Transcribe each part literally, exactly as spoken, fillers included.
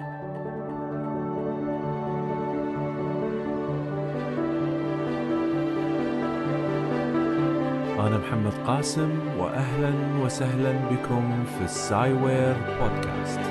أنا محمد قاسم وأهلا وسهلا بكم في السايوير بودكاست.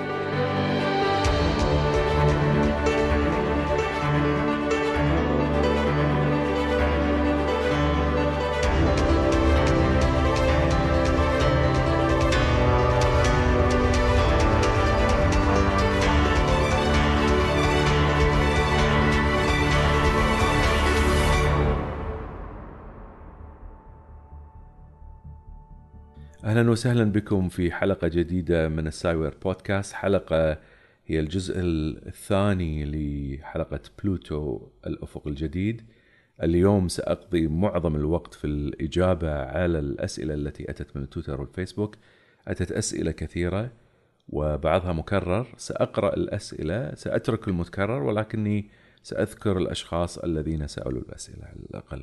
أهلا وسهلا بكم في حلقة جديدة من السايوير بودكاست. حلقة هي الجزء الثاني لحلقة بلوتو الأفق الجديد. اليوم سأقضي معظم الوقت في الإجابة على الأسئلة التي أتت من تويتر والفيسبوك. أتت أسئلة كثيرة وبعضها مكرر. سأقرأ الأسئلة، سأترك المتكرر، ولكني سأذكر الأشخاص الذين سألوا الأسئلة على الأقل.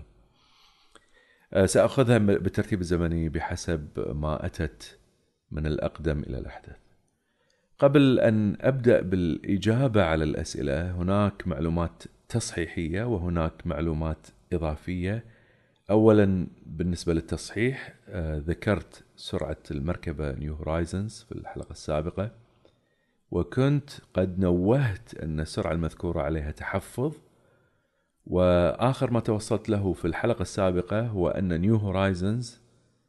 سأخذها بالترتيب الزمني بحسب ما أتت من الأقدم إلى الأحدث. قبل أن أبدأ بالإجابة على الأسئلة، هناك معلومات تصحيحية وهناك معلومات إضافية. أولا بالنسبة للتصحيح، ذكرت سرعة المركبة نيو هورايزنز في الحلقة السابقة، وكنت قد نوهت أن السرعة المذكورة عليها تحفظ، وآخر ما توصلت له في الحلقة السابقة هو أن نيو هورايزنز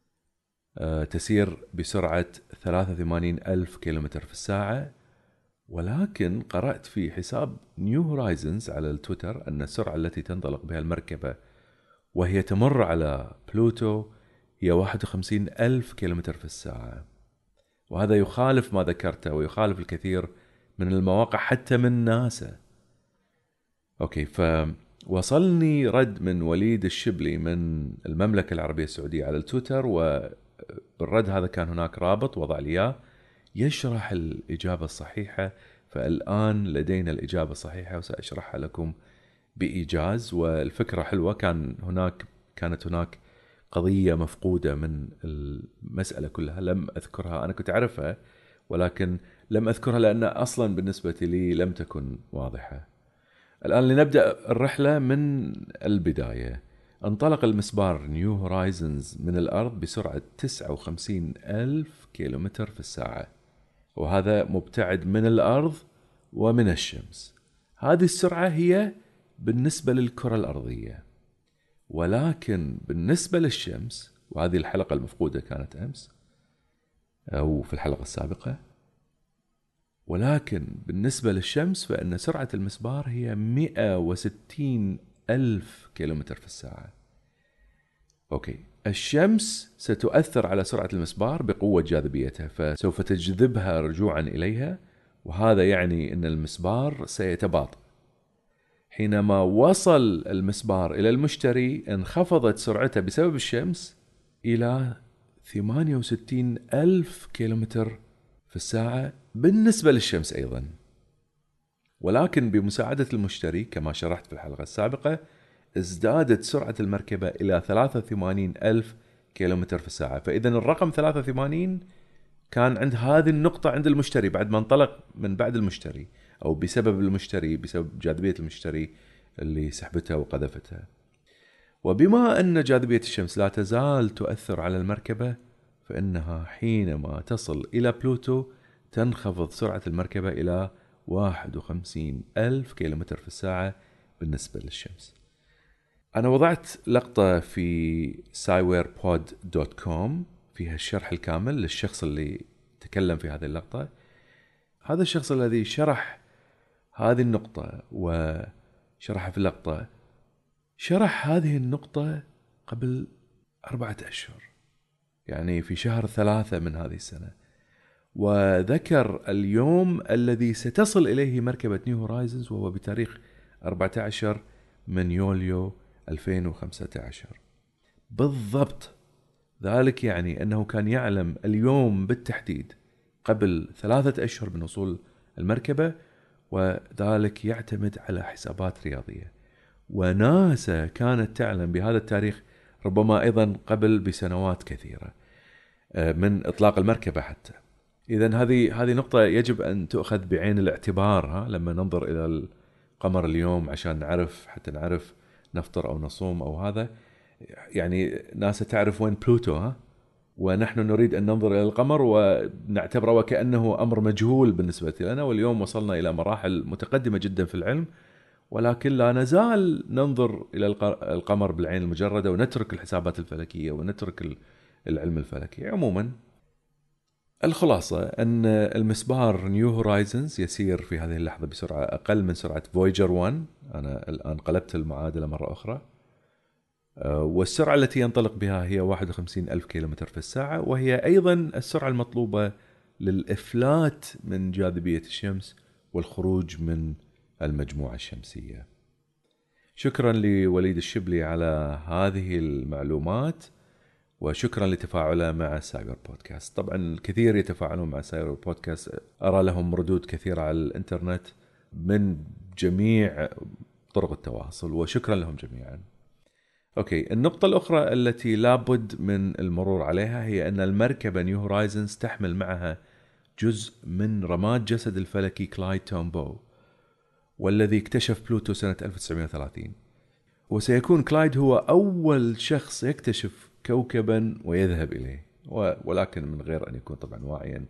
تسير بسرعة ثلاثة وثمانين ألف كيلومتر في الساعة، ولكن قرأت في حساب نيو هورايزنز على التويتر أن السرعة التي تنطلق بها المركبة وهي تمر على بلوتو هي واحد وخمسين ألف كيلومتر في الساعة، وهذا يخالف ما ذكرته ويخالف الكثير من المواقع حتى من ناسا. أوكي، ف وصلني رد من وليد الشبلي من المملكة العربية السعودية على التويتر، وبالرد هذا كان هناك رابط وضع لي إياه يشرح الإجابة الصحيحة. فالآن لدينا الإجابة الصحيحة وسأشرحها لكم بإيجاز. والفكرة حلوة، كان هناك كانت هناك قضية مفقودة من المسألة كلها لم أذكرها. أنا كنت أعرفها ولكن لم أذكرها لأن أصلا بالنسبة لي لم تكن واضحة. الآن لنبدأ الرحلة من البداية. انطلق المسبار نيو هورايزنز من الأرض بسرعة تسعة وخمسين ألف كيلومتر في الساعة، وهذا مبتعد من الأرض ومن الشمس. هذه السرعة هي بالنسبة للكرة الأرضية، ولكن بالنسبة للشمس، وهذه الحلقة المفقودة كانت أمس أو في الحلقة السابقة، ولكن بالنسبة للشمس فإن سرعة المسبار هي مئة وستين ألف كيلومتر في الساعة. أوكي، الشمس ستؤثر على سرعة المسبار بقوة جاذبيتها، فسوف تجذبها رجوعا إليها، وهذا يعني أن المسبار سيتباطأ. حينما وصل المسبار إلى المشتري انخفضت سرعته بسبب الشمس إلى ثمانية وستين ألف كيلومتر في الساعة بالنسبة للشمس أيضا، ولكن بمساعدة المشتري كما شرحت في الحلقة السابقة ازدادت سرعة المركبة إلى ثلاثة وثمانين ألف كيلومتر في الساعة. فإذا الرقم ثلاثة وثمانين كان عند هذه النقطة عند المشتري بعد ما انطلق من بعد المشتري، أو بسبب المشتري، بسبب جاذبية المشتري اللي سحبتها وقذفتها. وبما أن جاذبية الشمس لا تزال تؤثر على المركبة، فإنها حينما تصل إلى بلوتو تنخفض سرعة المركبة إلى واحد وخمسين ألف كيلومتر في الساعة بالنسبة للشمس. أنا وضعت لقطة في سايوير بود دوت كوم فيها الشرح الكامل للشخص اللي تكلم في هذه اللقطة. هذا الشخص الذي شرح هذه النقطة وشرح في اللقطة شرح هذه النقطة قبل أربعة أشهر، يعني في شهر ثلاثة من هذه السنة، وذكر اليوم الذي ستصل إليه مركبة نيو هورايزنز وهو بتاريخ أربعة عشر من يوليو ألفين وخمسة عشر بالضبط. ذلك يعني أنه كان يعلم اليوم بالتحديد قبل ثلاثة أشهر من وصول المركبة، وذلك يعتمد على حسابات رياضية. وناسا كانت تعلم بهذا التاريخ ربما أيضا قبل بسنوات كثيرة من إطلاق المركبة حتى. إذن هذه هذه نقطة يجب أن تؤخذ بعين الاعتبار ها لما ننظر إلى القمر اليوم، عشان نعرف حتى نعرف نفطر أو نصوم أو هذا. يعني ناس تعرف وين بلوتو ها، ونحن نريد أن ننظر إلى القمر ونعتبره وكأنه أمر مجهول بالنسبة لنا، واليوم وصلنا إلى مراحل متقدمة جدا في العلم، ولكن لا نزال ننظر إلى القمر بالعين المجردة ونترك الحسابات الفلكية ونترك العلم الفلكي. عموما الخلاصة أن المسبار نيو هورايزنز يسير في هذه اللحظة بسرعة أقل من سرعة فويجر واحد. أنا الآن قلبت المعادلة مرة أخرى، والسرعة التي ينطلق بها هي واحد وخمسين ألف كيلومتر في الساعة، وهي أيضا السرعة المطلوبة للإفلات من جاذبية الشمس والخروج من المجموعة الشمسية. شكرا لوليد الشبلي على هذه المعلومات، وشكرا لتفاعله مع السايبر بودكاست. طبعا الكثير يتفاعلون مع السايبر بودكاست، أرى لهم ردود كثيرة على الإنترنت من جميع طرق التواصل، وشكرا لهم جميعا. أوكي، النقطة الأخرى التي لابد من المرور عليها هي أن المركبة نيو هورايزنز تحمل معها جزء من رماد جسد الفلكي كلايد تومبو، والذي اكتشف بلوتو سنة ألف وتسعمائة وثلاثين. وسيكون كلايد هو أول شخص يكتشف كوكبا ويذهب إليه، ولكن من غير أن يكون طبعا واعيا.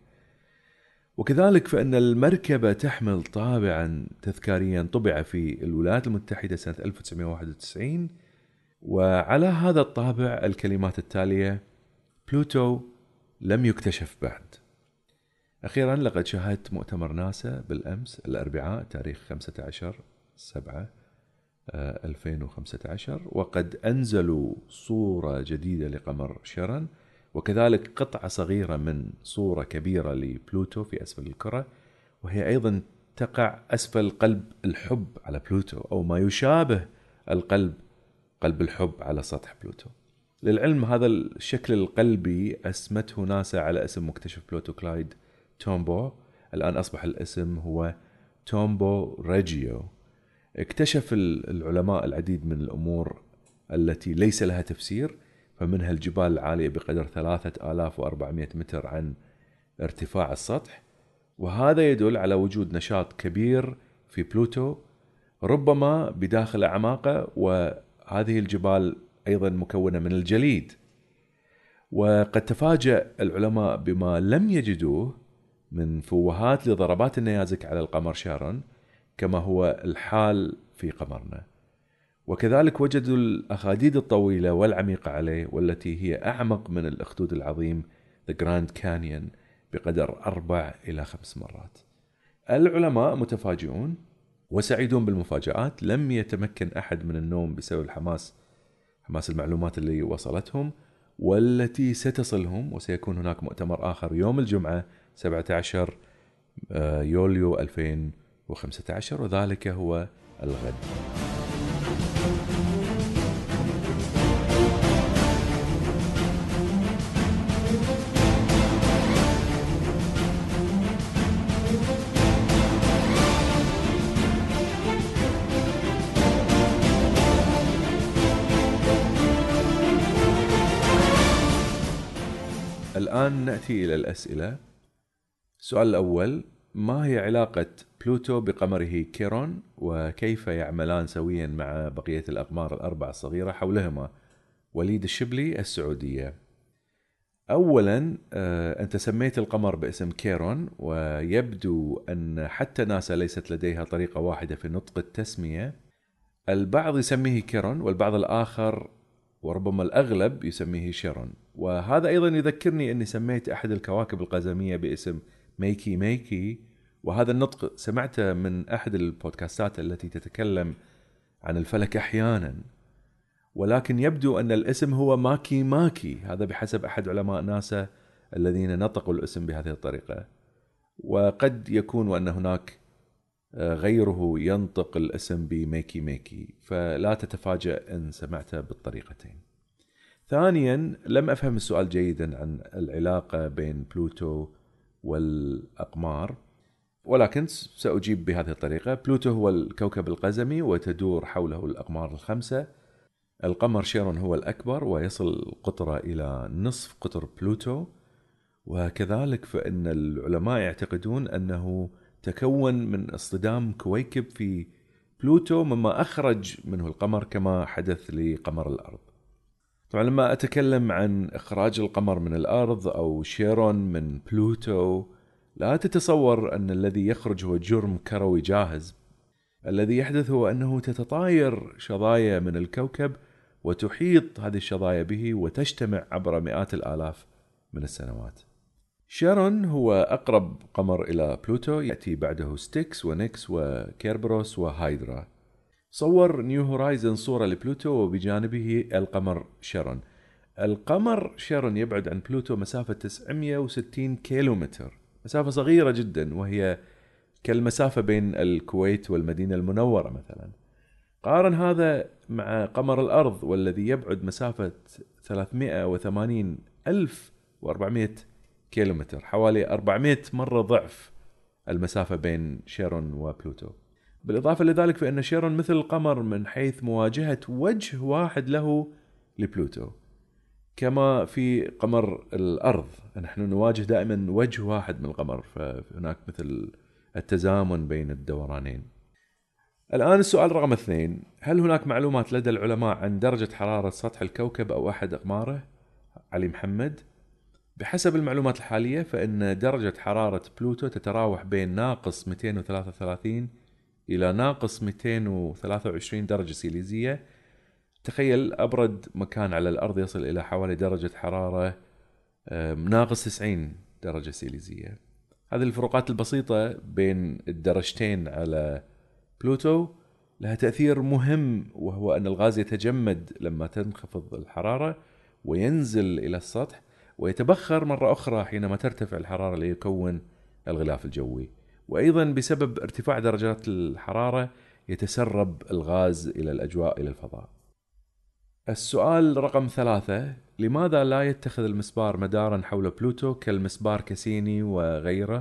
وكذلك فإن المركبة تحمل طابعا تذكاريا طبع في الولايات المتحدة سنة ألف وتسعمائة وواحد وتسعين، وعلى هذا الطابع الكلمات التالية: بلوتو لم يكتشف بعد. أخيرا، لقد شاهدت مؤتمر ناسا بالأمس الأربعاء تاريخ خمسة عشر سبعة ألفين وخمسة عشر، وقد أنزلوا صورة جديدة لقمر شيرون، وكذلك قطعة صغيرة من صورة كبيرة لبلوتو في أسفل الكرة، وهي أيضا تقع أسفل قلب الحب على بلوتو، أو ما يشابه القلب قلب الحب على سطح بلوتو. للعلم هذا الشكل القلبي أسمته ناسا على اسم مكتشف بلوتو كلايد تومبو. الآن أصبح الاسم هو تومبو ريجيو. اكتشف العلماء العديد من الأمور التي ليس لها تفسير، فمنها الجبال العالية بقدر ثلاثة آلاف وأربعمائة متر عن ارتفاع السطح، وهذا يدل على وجود نشاط كبير في بلوتو ربما بداخل أعماقه، وهذه الجبال أيضا مكونة من الجليد. وقد تفاجأ العلماء بما لم يجدوه من فوهات لضربات النيازك على القمر شيرون، كما هو الحال في قمرنا. وكذلك وجدوا الأخاديد الطويلة والعميقة عليه، والتي هي أعمق من الأخدود العظيم The Grand Canyon بقدر أربع إلى خمس مرات. العلماء متفاجئون وسعيدون بالمفاجآت. لم يتمكن أحد من النوم بسبب الحماس حماس المعلومات اللي وصلتهم والتي ستصلهم. وسيكون هناك مؤتمر آخر يوم الجمعة سبعة عشر يوليو ألفين وخمسة عشر، وذلك هو الغد. الآن نأتي إلى الأسئلة. السؤال الأول: ما هي علاقة بلوتو بقمره كيرون، وكيف يعملان سويا مع بقية الأقمار الأربع الصغيرة حولهما؟ وليد الشبلي، السعودية. أولا، أنت سميت القمر باسم كيرون، ويبدو أن حتى ناسا ليست لديها طريقة واحدة في نطق التسمية. البعض يسميه كيرون، والبعض الآخر وربما الأغلب يسميه شيرون. وهذا أيضا يذكرني أني سميت أحد الكواكب القزمية باسم ميكي ميكي، وهذا النطق سمعته من أحد البودكاستات التي تتكلم عن الفلك أحيانا، ولكن يبدو أن الاسم هو ماكي ماكي، هذا بحسب أحد علماء ناسا الذين نطقوا الاسم بهذه الطريقة. وقد يكون أن هناك غيره ينطق الاسم بميكي ميكي، فلا تتفاجأ إن سمعته بالطريقتين. ثانيا، لم أفهم السؤال جيدا عن العلاقة بين بلوتو والأقمار، ولكن سأجيب بهذه الطريقة. بلوتو هو الكوكب القزمي وتدور حوله الأقمار الخمسة. القمر شيرون هو الأكبر ويصل قطره إلى نصف قطر بلوتو، وكذلك فإن العلماء يعتقدون أنه تكون من اصطدام كويكب في بلوتو مما أخرج منه القمر كما حدث لقمر الأرض. طبعا لما أتكلم عن إخراج القمر من الأرض أو شيرون من بلوتو، لا تتصور أن الذي يخرج هو جرم كروي جاهز. الذي يحدث هو أنه تتطاير شظايا من الكوكب وتحيط هذه الشظايا به وتجتمع عبر مئات الآلاف من السنوات. شيرون هو أقرب قمر إلى بلوتو، يأتي بعده ستيكس ونيكس وكيربروس وهايدرا. صور نيو هورايزن صورة لبلوتو وبجانبه القمر شيرون. القمر شيرون يبعد عن بلوتو مسافة تسعمئة وستين كيلومتر، مسافة صغيرة جدا، وهي كالمسافة بين الكويت والمدينة المنورة مثلا. قارن هذا مع قمر الأرض والذي يبعد مسافة ثلاثمئة وثمانين ألف وأربعمئة كيلومتر، حوالي أربعمئة مرة ضعف المسافة بين شيرون وبلوتو. بالإضافة لذلك فإن شيرون مثل القمر من حيث مواجهة وجه واحد له لبلوتو، كما في قمر الأرض نحن نواجه دائما وجه واحد من القمر، فهناك مثل التزامن بين الدورانين. الآن السؤال رقم اثنين: هل هناك معلومات لدى العلماء عن درجة حرارة سطح الكوكب أو أحد أقماره؟ علي محمد: بحسب المعلومات الحالية فإن درجة حرارة بلوتو تتراوح بين ناقص مئتين وثلاثة وثلاثين إلى ناقص مئتين وثلاثة وعشرين درجة سيليزية. تخيل أبرد مكان على الأرض يصل إلى حوالي درجة حرارة ناقص تسعين درجة سيليزية. هذه الفروقات البسيطة بين الدرجتين على بلوتو لها تأثير مهم، وهو أن الغاز يتجمد لما تنخفض الحرارة وينزل إلى السطح، ويتبخر مرة أخرى حينما ترتفع الحرارة ليكون الغلاف الجوي. وأيضا بسبب ارتفاع درجات الحرارة يتسرب الغاز إلى الأجواء إلى الفضاء. السؤال رقم ثلاثة: لماذا لا يتخذ المسبار مدارا حول بلوتو كالمسبار كاسيني وغيره،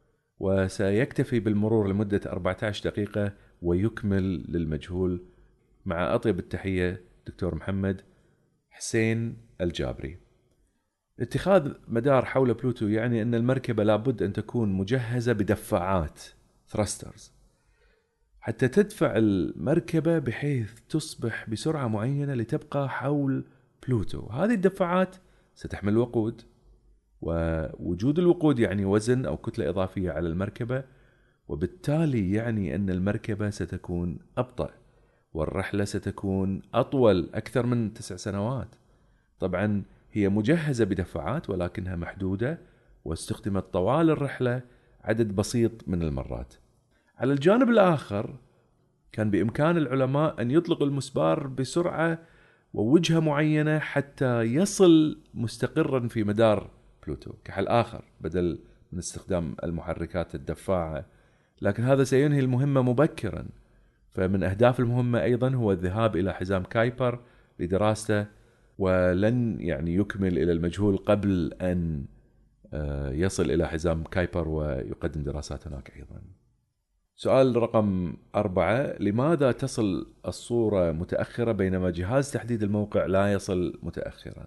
وسيكتفي بالمرور لمدة أربعة عشر دقيقة ويكمل للمجهول؟ مع أطيب التحية دكتور محمد حسين الجابري. اتخاذ مدار حول بلوتو يعني أن المركبة لابد أن تكون مجهزة بدفاعات ثراسترز حتى تدفع المركبة بحيث تصبح بسرعة معينة لتبقى حول بلوتو. هذه الدفاعات ستحمل وقود، ووجود الوقود يعني وزن أو كتلة إضافية على المركبة، وبالتالي يعني أن المركبة ستكون أبطأ والرحلة ستكون أطول أكثر من تسع سنوات. طبعا هي مجهزة بدفاعات ولكنها محدودة، واستخدمت طوال الرحلة عدد بسيط من المرات. على الجانب الآخر كان بإمكان العلماء أن يطلقوا المسبار بسرعة ووجهة معينة حتى يصل مستقرا في مدار بلوتو كحل آخر بدل من استخدام المحركات الدفاعة، لكن هذا سينهي المهمة مبكرا. فمن أهداف المهمة أيضا هو الذهاب إلى حزام كايبر لدراسته، ولن يعني يكمل إلى المجهول قبل أن يصل إلى حزام كايبر ويقدم دراسات هناك أيضا. سؤال رقم أربعة: لماذا تصل الصورة متأخرة بينما جهاز تحديد الموقع لا يصل متأخرا؟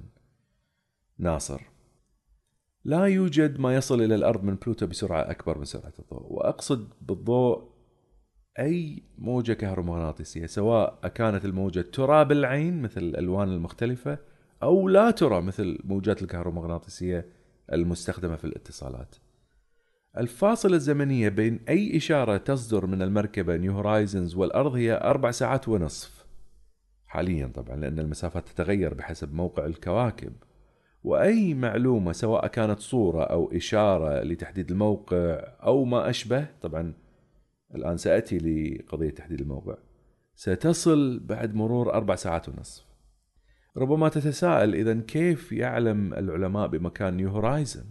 ناصر: لا يوجد ما يصل إلى الأرض من بلوتو بسرعة أكبر من سرعة الضوء، وأقصد بالضوء أي موجة كهرومغناطيسية، سواء كانت الموجة ترى بالعين مثل الألوان المختلفة أو لا ترى مثل موجات الكهرومغناطيسية المستخدمة في الاتصالات. الفاصلة الزمنية بين أي إشارة تصدر من المركبة نيو هورايزنز والأرض هي أربع ساعات ونصف حاليا، طبعا لأن المسافات تتغير بحسب موقع الكواكب. وأي معلومة سواء كانت صورة أو إشارة لتحديد الموقع أو ما أشبه، طبعا الآن سأتي لقضية تحديد الموقع، ستصل بعد مرور أربع ساعات ونصف. ربما تتساءل إذن كيف يعلم العلماء بمكان نيو هورايزن؟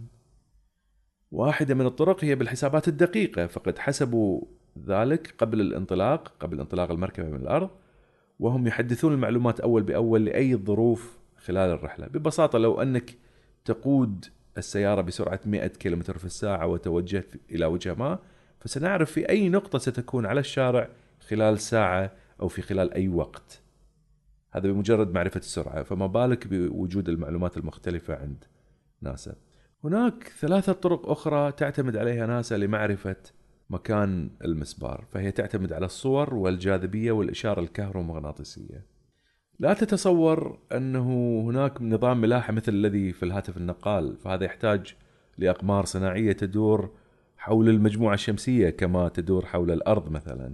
واحدة من الطرق هي بالحسابات الدقيقة، فقد حسبوا ذلك قبل الانطلاق قبل انطلاق المركبة من الأرض، وهم يحدثون المعلومات أول بأول لأي ظروف خلال الرحلة. ببساطة لو أنك تقود السيارة بسرعة مئة كيلومتر في الساعة وتوجهت إلى وجهة ما، فسنعرف في أي نقطة ستكون على الشارع خلال ساعة أو في خلال أي وقت. هذا بمجرد معرفة السرعة، فما بالك بوجود المعلومات المختلفة عند ناسا. هناك ثلاثة طرق أخرى تعتمد عليها ناسا لمعرفة مكان المسبار، فهي تعتمد على الصور والجاذبية والإشارة الكهرومغناطيسية. لا تتصور أنه هناك نظام ملاحة مثل الذي في الهاتف النقال، فهذا يحتاج لأقمار صناعية تدور حول المجموعة الشمسية كما تدور حول الأرض مثلا.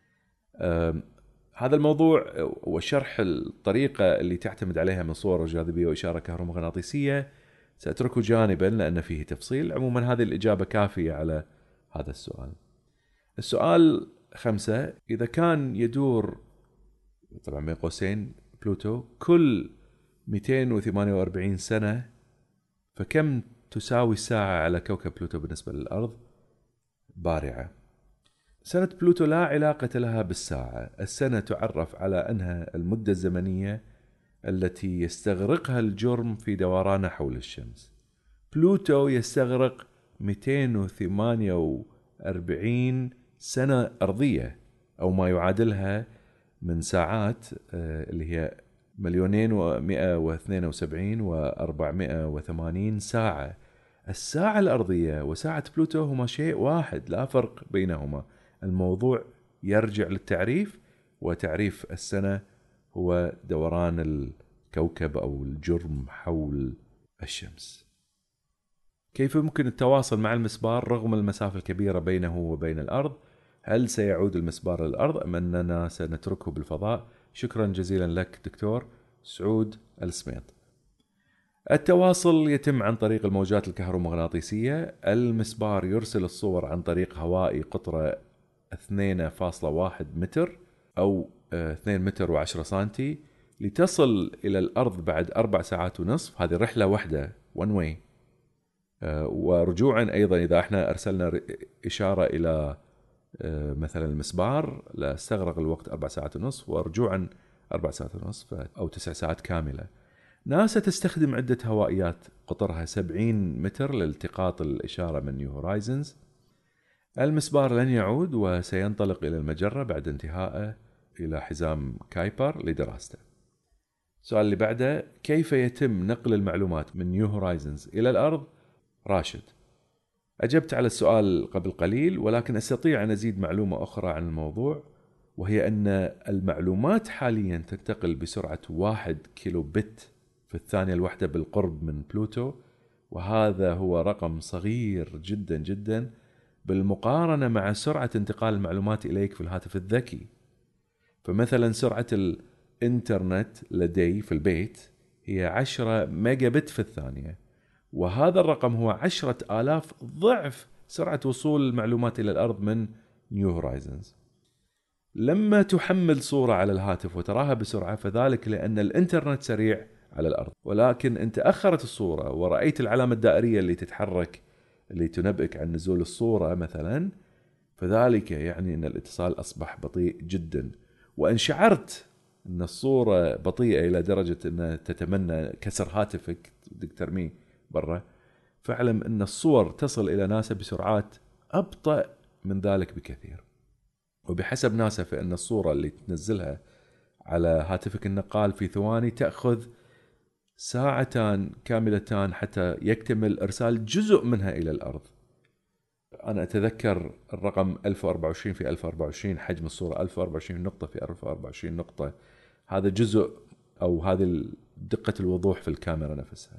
هذا الموضوع وشرح الطريقة اللي تعتمد عليها من صور وجاذبية وإشارة كهرومغناطيسية سأتركه جانبا لأن فيه تفصيل. عموما هذه الإجابة كافية على هذا السؤال. السؤال خمسة: إذا كان يدور طبعا بين قوسين بلوتو كل مئتين وثمانية وأربعين سنة، فكم تساوي الساعة على كوكب بلوتو بالنسبة للأرض؟ بارعة. سنة بلوتو لا علاقة لها بالساعة. السنة تعرف على أنها المدة الزمنية التي يستغرقها الجرم في دورانه حول الشمس. بلوتو يستغرق مئتين وثمانية وأربعين سنة أرضية، أو ما يعادلها من ساعات اللي هي مليونين ومئة واثنين وسبعين وأربعمائة وثمانين ساعة. الساعة الأرضية وساعة بلوتو هما شيء واحد، لا فرق بينهما. الموضوع يرجع للتعريف، وتعريف السنة هو دوران الكوكب أو الجرم حول الشمس. كيف يمكن التواصل مع المسبار رغم المسافة الكبيرة بينه وبين الأرض؟ هل سيعود المسبار للأرض أم أننا سنتركه بالفضاء؟ شكرا جزيلا لك دكتور سعود السميط. التواصل يتم عن طريق الموجات الكهرومغناطيسية. المسبار يرسل الصور عن طريق هوائي قطره اثنين فاصلة واحد متر أو اثنين متر وعشرة سنتي لتصل إلى الأرض بعد أربع ساعات ونصف. هذه رحلة واحدة one way. ورجوعا أيضا إذا احنا أرسلنا إشارة إلى مثلا المسبار لا استغرق الوقت أربع ساعات ونصف، ورجوعا أربع ساعات ونصف أو تسع ساعات كاملة. ناسا تستخدم عدة هوائيات قطرها سبعين متر لالتقاط الإشارة من نيو هورايزنز. المسبار لن يعود وسينطلق إلى المجرة بعد انتهائه إلى حزام كايبر لدراسته. السؤال اللي بعده: كيف يتم نقل المعلومات من نيو هورايزنز إلى الأرض؟ راشد: أجبت على السؤال قبل قليل، ولكن أستطيع أن أزيد معلومة أخرى عن الموضوع، وهي أن المعلومات حاليا تنتقل بسرعة واحد كيلو بت في الثانية الواحدة بالقرب من بلوتو، وهذا هو رقم صغير جدا جدا بالمقارنة مع سرعة انتقال المعلومات إليك في الهاتف الذكي. فمثلا سرعة الإنترنت لدي في البيت هي عشرة ميجا بت في الثانية، وهذا الرقم هو عشرة آلاف ضعف سرعة وصول المعلومات إلى الأرض من نيو هورايزنز. لما تحمل صورة على الهاتف وتراها بسرعة فذلك لأن الإنترنت سريع على الأرض، ولكن أنت أخرت الصورة ورأيت العلامة الدائرية اللي تتحرك اللي تنبئك عن نزول الصورة مثلا، فذلك يعني أن الاتصال أصبح بطيء جدا. وإن شعرت أن الصورة بطيئة إلى درجة أن تتمنى كسر هاتفك بدك ترميه برا، فاعلم أن الصور تصل إلى ناسا بسرعات أبطأ من ذلك بكثير. وبحسب ناسا فإن الصورة اللي تنزلها على هاتفك النقال في ثواني تأخذ ساعتان كاملتان حتى يكتمل إرسال جزء منها إلى الأرض. أنا أتذكر الرقم ألف وأربعة وعشرين في ألف وأربعة وعشرين، حجم الصورة ألف وأربعة وعشرين نقطة في ألف وأربعة وعشرين نقطة، هذا جزء أو هذه دقة الوضوح في الكاميرا نفسها.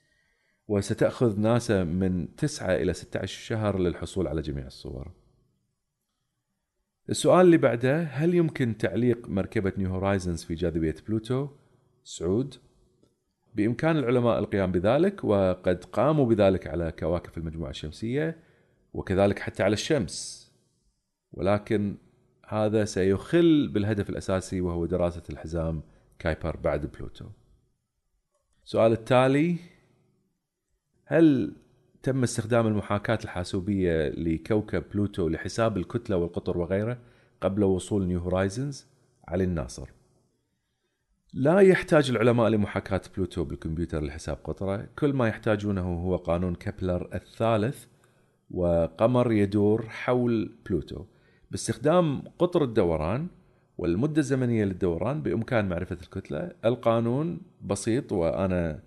وستأخذ ناسا من تسعة إلى ستة عشر شهر للحصول على جميع الصور. السؤال اللي بعده: هل يمكن تعليق مركبة نيو هورايزنز في جاذبية بلوتو؟ سعود: بإمكان العلماء القيام بذلك، وقد قاموا بذلك على كواكب المجموعة الشمسية وكذلك حتى على الشمس، ولكن هذا سيخل بالهدف الأساسي وهو دراسة الحزام كايبر بعد بلوتو. السؤال التالي: هل تم استخدام المحاكاة الحاسوبية لكوكب بلوتو لحساب الكتلة والقطر وغيره قبل وصول نيو هورايزنز؟ علي الناصر: لا يحتاج العلماء لمحاكاة بلوتو بالكمبيوتر لحساب قطره، كل ما يحتاجونه هو قانون كبلر الثالث وقمر يدور حول بلوتو باستخدام قطر الدوران والمدة الزمنية للدوران. بإمكان معرفة الكتلة. القانون بسيط وأنا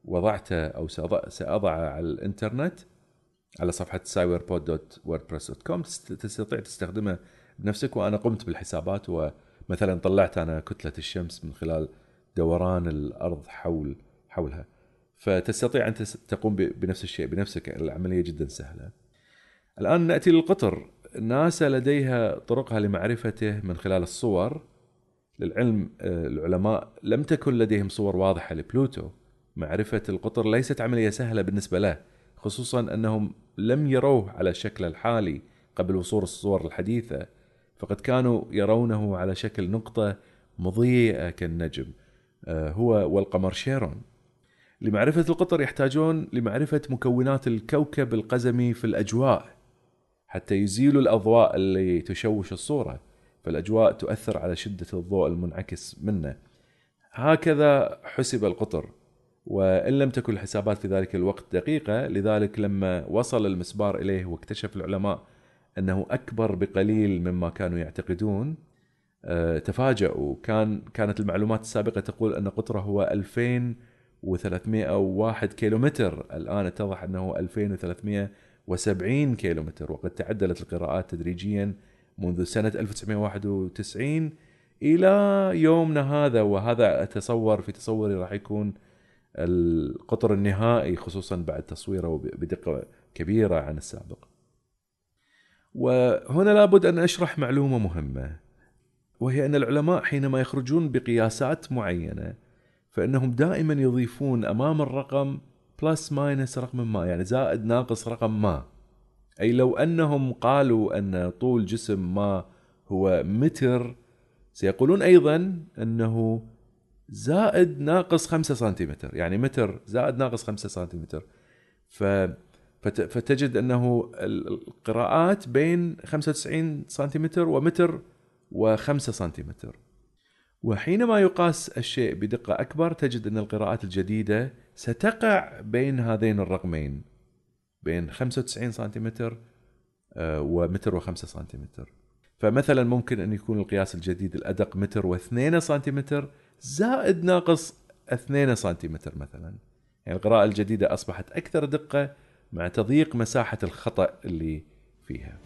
وضعته أو سأضعه على الإنترنت على صفحة cyberpod دوت ووردبريس دوت كوم، تستطيع تستخدمه بنفسك. وأنا قمت بالحسابات ومثلا طلعت أنا كتلة الشمس من خلال دوران الأرض حول حولها، فتستطيع أن تقوم بنفس الشيء بنفسك. العملية جدا سهلة. الآن نأتي للقطر. ناسا لديها طرقها لمعرفته من خلال الصور. للعلم العلماء لم تكن لديهم صور واضحة لبلوتو. معرفة القطر ليست عملية سهلة بالنسبة له، خصوصا أنهم لم يروه على الشكل الحالي قبل وصول الصور الحديثة، فقد كانوا يرونه على شكل نقطة مضيئة كالنجم هو والقمر شيرون. لمعرفة القطر يحتاجون لمعرفة مكونات الكوكب القزمي في الأجواء حتى يزيلوا الأضواء اللي تشوش الصورة، فالأجواء تؤثر على شدة الضوء المنعكس منه. هكذا حسب القطر، وإن لم تكن الحسابات في ذلك الوقت دقيقة. لذلك لما وصل المسبار إليه واكتشف العلماء أنه أكبر بقليل مما كانوا يعتقدون، تفاجأوا. كان كانت المعلومات السابقة تقول أن قطره هو ألفين وثلاثمائة وواحد كيلومتر، الآن اتضح أنه ألفين وثلاثمائة وسبعين كيلومتر، وقد تعدلت القراءات تدريجيا منذ سنة ألف وتسعمائة وواحد وتسعين إلى يومنا هذا. وهذا أتصور في تصوري راح يكون القطر النهائي، خصوصا بعد تصويره بدقة كبيرة عن السابق. وهنا لابد أن أشرح معلومة مهمة، وهي أن العلماء حينما يخرجون بقياسات معينة فإنهم دائما يضيفون أمام الرقم بلس ماينس رقم ما، يعني زائد ناقص رقم ما. أي لو أنهم قالوا أن طول جسم ما هو متر، سيقولون أيضا أنه زائد ناقص خمسة سنتيمتر، يعني متر زائد ناقص خمسة سنتيمتر. ف... فت... فتجد أنه القراءات بين خمسة وتسعين سنتيمتر ومتر وخمسة سنتيمتر. وحينما يقاس الشيء بدقة أكبر تجد أن القراءات الجديدة ستقع بين هذين الرقمين، بين خمسة وتسعين سنتيمتر ومتر وخمسة سنتيمتر. فمثلا ممكن أن يكون القياس الجديد الأدق متر واثنين سنتيمتر زائد ناقص اثنين سنتيمتر مثلا. يعني القراءة الجديدة أصبحت أكثر دقة مع تضييق مساحة الخطأ اللي فيها.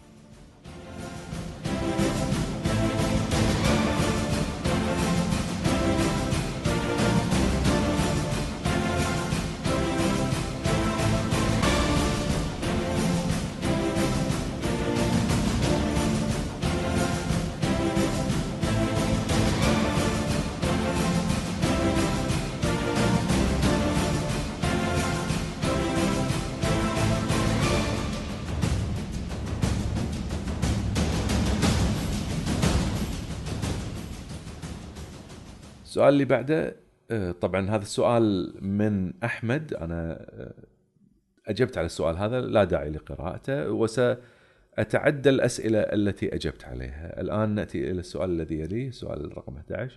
السؤال اللي بعده، طبعا هذا السؤال من أحمد. أنا أجبت على السؤال هذا، لا داعي لقراءته، وسأتعدى الأسئلة التي أجبت عليها. الآن نأتي إلى السؤال الذي يليه، سؤال رقم أحد عشر.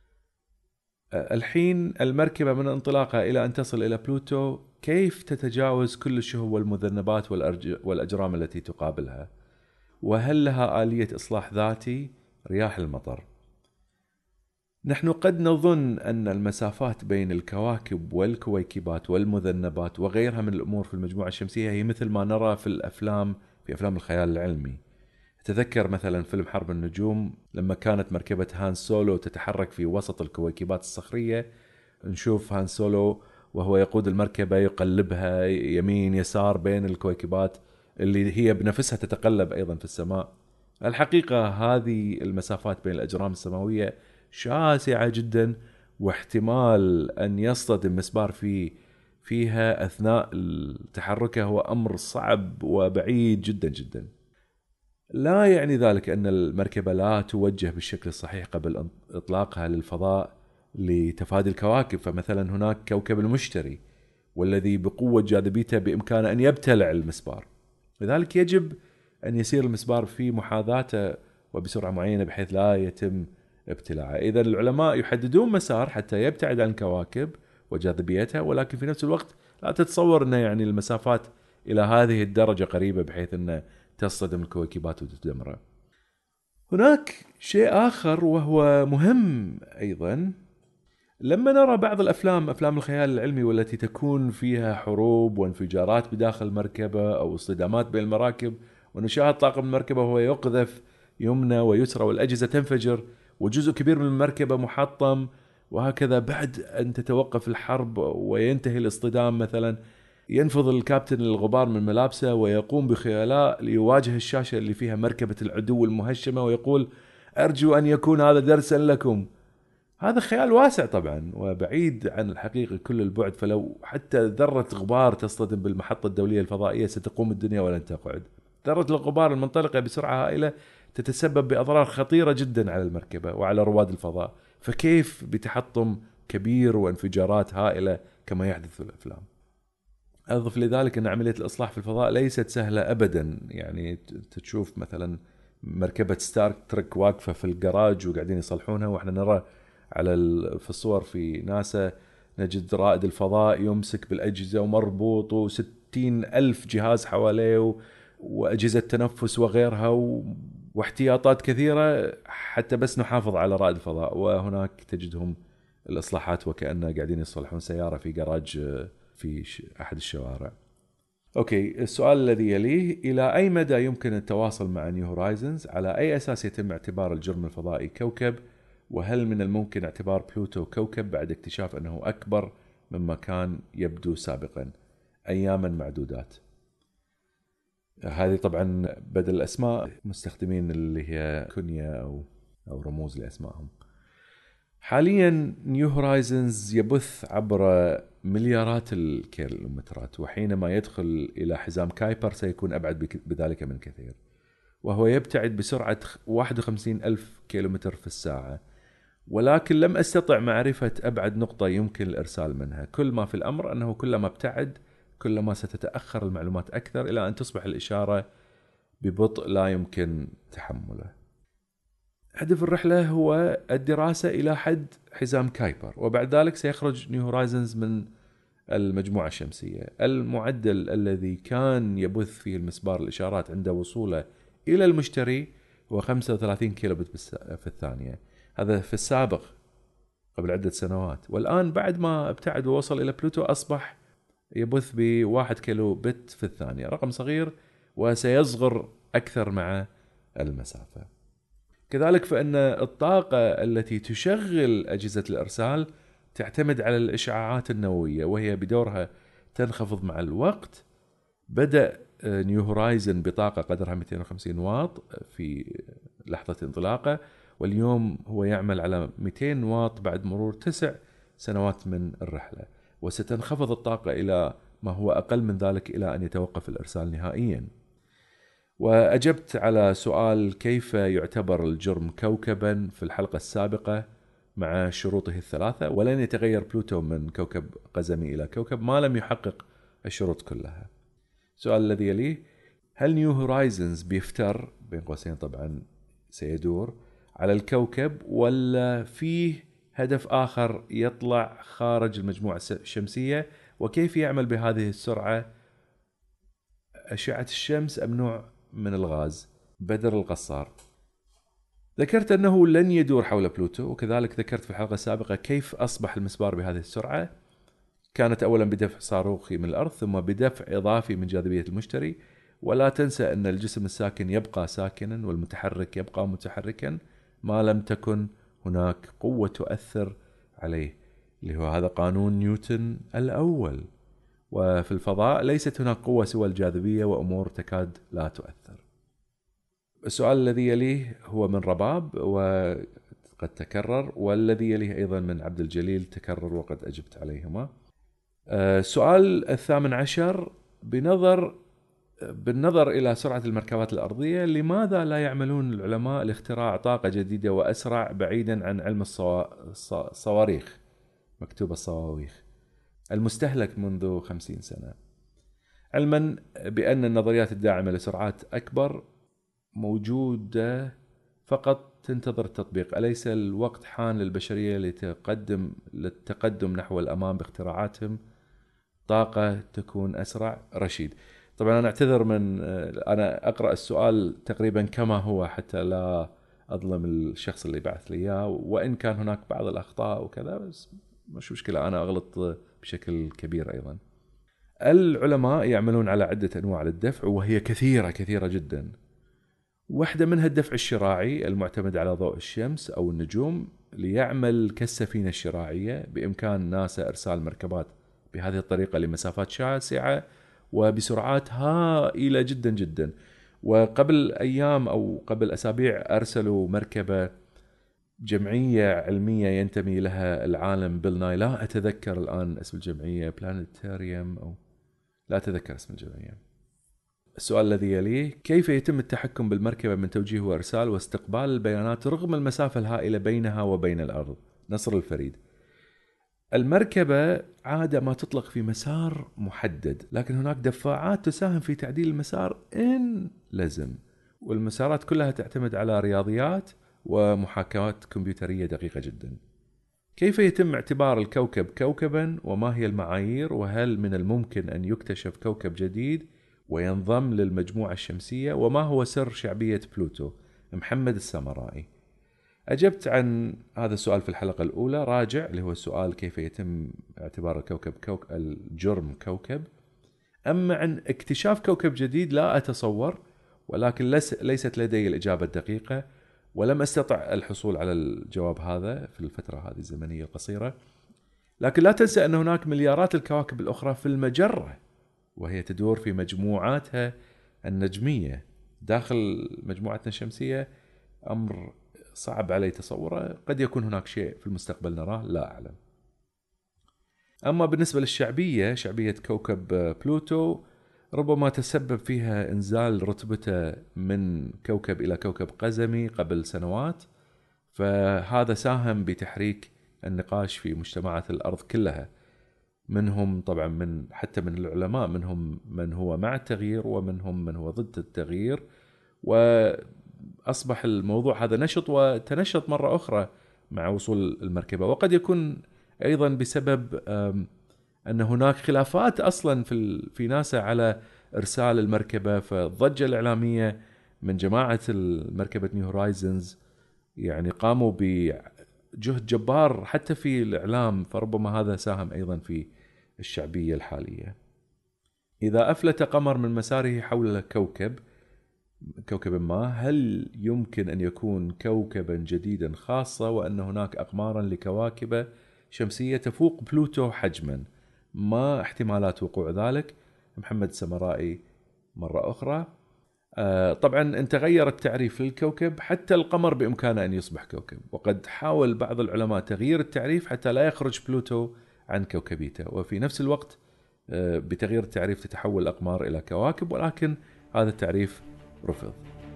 الحين المركبة من انطلاقها إلى أن تصل إلى بلوتو كيف تتجاوز كل الشهب والمذنبات والأجرام التي تقابلها؟ وهل لها آلية إصلاح ذاتي رياح المطر؟ نحن قد نظن أن المسافات بين الكواكب والكويكبات والمذنبات وغيرها من الأمور في المجموعة الشمسية هي مثل ما نرى في الأفلام في أفلام الخيال العلمي. تذكر مثلا فيلم حرب النجوم لما كانت مركبة هان سولو تتحرك في وسط الكويكبات الصخرية، نشوف هان سولو وهو يقود المركبة يقلبها يمين يسار بين الكويكبات اللي هي بنفسها تتقلب أيضا في السماء. الحقيقة هذه المسافات بين الأجرام السماوية شاسعة جدا، واحتمال أن يصطدم مسبار في فيها أثناء التحرك هو أمر صعب وبعيد جدا جدا. لا يعني ذلك أن المركبة لا توجه بالشكل الصحيح قبل إطلاقها للفضاء لتفادي الكواكب. فمثلا هناك كوكب المشتري والذي بقوة جاذبيته بإمكانه أن يبتلع المسبار، لذلك يجب أن يسير المسبار في محاذاته وبسرعة معينة بحيث لا يتم ابتلاعه. إذا العلماء يحددون مسار حتى يبتعد عن الكواكب وجاذبيتها، ولكن في نفس الوقت لا تتصور أن يعني المسافات إلى هذه الدرجة قريبة بحيث أن تصطدم الكويكبات وتدمرها. هناك شيء آخر وهو مهم أيضا، لما نرى بعض الأفلام أفلام الخيال العلمي والتي تكون فيها حروب وانفجارات بداخل المركبة أو اصطدامات بين المراكب، ونشاهد طاقم المركبة وهو يقذف يمنى ويسرى والأجهزة تنفجر وجزء كبير من المركبة محطم، وهكذا بعد أن تتوقف الحرب وينتهي الاصطدام مثلا، ينفض الكابتن الغبار من ملابسه ويقوم بخيلاء ليواجه الشاشة اللي فيها مركبة العدو المهشمة ويقول: أرجو أن يكون هذا درسا لكم. هذا خيال واسع طبعا وبعيد عن الحقيقة كل البعد، فلو حتى ذرة غبار تصطدم بالمحطة الدولية الفضائية ستقوم الدنيا ولن تقعد. ذرة الغبار المنطلقة بسرعة هائلة تتسبب بأضرار خطيرة جدا على المركبة وعلى رواد الفضاء، فكيف بتحطم كبير وانفجارات هائلة كما يحدث في الأفلام؟ أضف لذلك أن عملية الإصلاح في الفضاء ليست سهلة أبدا. يعني تشوف مثلا مركبة ستار ترك واقفة في الجراج وقاعدين يصلحونها، وإحنا نرى على في الصور في ناسا نجد رائد الفضاء يمسك بالأجهزة ومربوط وستين ألف جهاز حواليه وأجهزة تنفس وغيرها واحتياطات كثيرة حتى بس نحافظ على رائد الفضاء. وهناك تجدهم الإصلاحات وكأنه قاعدين يصلحون سيارة في جراج في أحد الشوارع. أوكي، السؤال الذي يليه: إلى أي مدى يمكن التواصل مع نيو هورايزنز؟ على أي أساس يتم اعتبار الجرم الفضائي كوكب؟ وهل من الممكن اعتبار بلوتو كوكب بعد اكتشاف أنه أكبر مما كان يبدو سابقا أياما معدودات؟ هذه طبعا بدل الأسماء مستخدمين اللي هي كنية أو, أو رموز لأسمائهم. حاليا نيو هورايزنز يبث عبر مليارات الكيلومترات، وحينما يدخل إلى حزام كايبر سيكون أبعد بذلك من كثير، وهو يبتعد بسرعة واحد وخمسين ألف كيلومتر في الساعة. ولكن لم أستطع معرفة أبعد نقطة يمكن الإرسال منها. كل ما في الأمر أنه كلما ابتعد كلما ستتأخر المعلومات أكثر إلى أن تصبح الإشارة ببطء لا يمكن تحمله. هدف الرحلة هو الدراسة إلى حد حزام كايبر، وبعد ذلك سيخرج نيو هورايزنز من المجموعة الشمسية. المعدل الذي كان يبث فيه المسبار الإشارات عند وصوله إلى المشتري هو خمسة وثلاثين كيلو بت في الثانية. هذا في السابق قبل عدة سنوات، والآن بعد ما ابتعد ووصل إلى بلوتو أصبح يبث بواحد كيلو بت في الثانية، رقم صغير وسيصغر أكثر مع المسافة. كذلك فإن الطاقة التي تشغل أجهزة الإرسال تعتمد على الإشعاعات النووية، وهي بدورها تنخفض مع الوقت. بدأ نيو هورايزن بطاقة قدرها مئتين وخمسين واط في لحظة انطلاقه، واليوم هو يعمل على مئتين واط بعد مرور تسع سنوات من الرحلة، وستنخفض الطاقة إلى ما هو أقل من ذلك إلى أن يتوقف الإرسال نهائياً. وأجبت على سؤال كيف يعتبر الجرم كوكباً في الحلقة السابقة مع شروطه الثلاثة، ولن يتغير بلوتو من كوكب قزمي إلى كوكب ما لم يحقق الشروط كلها. السؤال الذي يليه: هل نيو هورايزنز بيفتر بين قوسين طبعا سيدور على الكوكب، ولا فيه هدف آخر يطلع خارج المجموعة الشمسية؟ وكيف يعمل بهذه السرعة؟ أشعة الشمس أم نوع من الغاز؟ بدر القصار: ذكرت أنه لن يدور حول بلوتو، وكذلك ذكرت في الحلقة السابقة كيف أصبح المسبار بهذه السرعة. كانت أولا بدفع صاروخي من الأرض، ثم بدفع إضافي من جاذبية المشتري. ولا تنسى أن الجسم الساكن يبقى ساكنا والمتحرك يبقى متحركا ما لم تكن هناك قوة تؤثر عليه، اللي هو هذا قانون نيوتن الأول. وفي الفضاء ليست هناك قوة سوى الجاذبية، وأمور تكاد لا تؤثر. السؤال الذي يليه هو من رباب وقد تكرر، والذي يليه أيضا من عبد الجليل تكرر وقد أجبت عليهما. السؤال الثامن عشر: بنظر بالنظر إلى سرعة المركبات الأرضية، لماذا لا يعملون العلماء لاختراع طاقة جديدة وأسرع بعيدا عن علم الصواريخ، مكتوب الصواريخ، المستهلك منذ خمسين سنة، علما بأن النظريات الداعمة لسرعات أكبر موجودة فقط تنتظر التطبيق؟ أليس الوقت حان للبشرية لتقدم للتقدم نحو الأمام باختراعاتهم طاقة تكون أسرع؟ رشيد: طبعا أنا أعتذر من أنا أقرأ السؤال تقريبا كما هو حتى لا أظلم الشخص اللي بعث لي إياه، وإن كان هناك بعض الأخطاء وكذا، بس مش مشكلة، أنا أغلط بشكل كبير أيضا. العلماء يعملون على عدة أنواع للدفع، وهي كثيرة كثيرة جدا. واحدة منها الدفع الشراعي المعتمد على ضوء الشمس أو النجوم ليعمل كالسفينة الشراعية. بإمكان ناسا إرسال مركبات بهذه الطريقة لمسافات شاسعة وبسرعات هائلة جدا جدا. وقبل أيام أو قبل أسابيع أرسلوا مركبة جمعية علمية ينتمي لها العالم بيل ناي، لا أتذكر الآن اسم الجمعية، بلانيتاريوم أو لا أتذكر اسم الجمعية. السؤال الذي يليه: كيف يتم التحكم بالمركبة من توجيه وإرسال واستقبال البيانات رغم المسافة الهائلة بينها وبين الأرض؟ نصر الفريد: المركبة عادة ما تطلق في مسار محدد، لكن هناك دفاعات تساهم في تعديل المسار إن لزم، والمسارات كلها تعتمد على رياضيات ومحاكاة كمبيوترية دقيقة جدا. كيف يتم اعتبار الكوكب كوكبا، وما هي المعايير، وهل من الممكن أن يكتشف كوكب جديد وينضم للمجموعة الشمسية، وما هو سر شعبية بلوتو؟ محمد السامرائي. أجبت عن هذا السؤال في الحلقة الأولى، راجع اللي هو السؤال كيف يتم اعتبار الكوكب كوكب الجرم كوكب. أما عن اكتشاف كوكب جديد لا أتصور، ولكن ليست لدي الإجابة الدقيقة، ولم أستطع الحصول على الجواب هذا في الفترة هذه الزمنية القصيرة. لكن لا تنسى أن هناك مليارات الكواكب الأخرى في المجرة، وهي تدور في مجموعاتها النجمية داخل مجموعتنا الشمسية. أمر صعب علي تصوره، قد يكون هناك شيء في المستقبل نراه، لا أعلم. أما بالنسبة للشعبية، شعبية كوكب بلوتو ربما تسبب فيها إنزال رتبته من كوكب إلى كوكب قزمي قبل سنوات، فهذا ساهم بتحريك النقاش في مجتمعات الأرض كلها، منهم طبعا من حتى من العلماء، منهم من هو مع التغيير ومنهم من هو ضد التغيير، وأصبح الموضوع هذا نشط وتنشط مرة أخرى مع وصول المركبة. وقد يكون أيضا بسبب أن هناك خلافات أصلا في في ناسا على إرسال المركبة، فالضجة الإعلامية من جماعة المركبة نيو هورايزنز يعني قاموا بجهد جبار حتى في الإعلام، فربما هذا ساهم أيضا في الشعبية الحالية. إذا أفلت قمر من مساره حول كوكب كوكب ما، هل يمكن أن يكون كوكبا جديدا خاصة، وأن هناك أقمارا لكواكب شمسية تفوق بلوتو حجما؟ ما احتمالات وقوع ذلك؟ محمد السامرائي مرة أخرى. آه طبعا أن تغير التعريف للكوكب، حتى القمر بإمكانه أن يصبح كوكب، وقد حاول بعض العلماء تغيير التعريف حتى لا يخرج بلوتو عن كوكبيته، وفي نفس الوقت آه بتغيير التعريف تتحول الأقمار إلى كواكب، ولكن هذا التعريف رفض.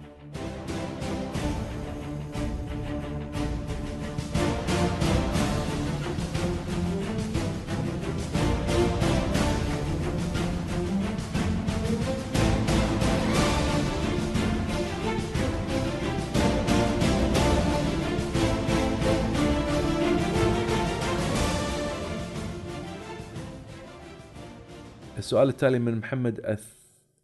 السؤال التالي من محمد أث...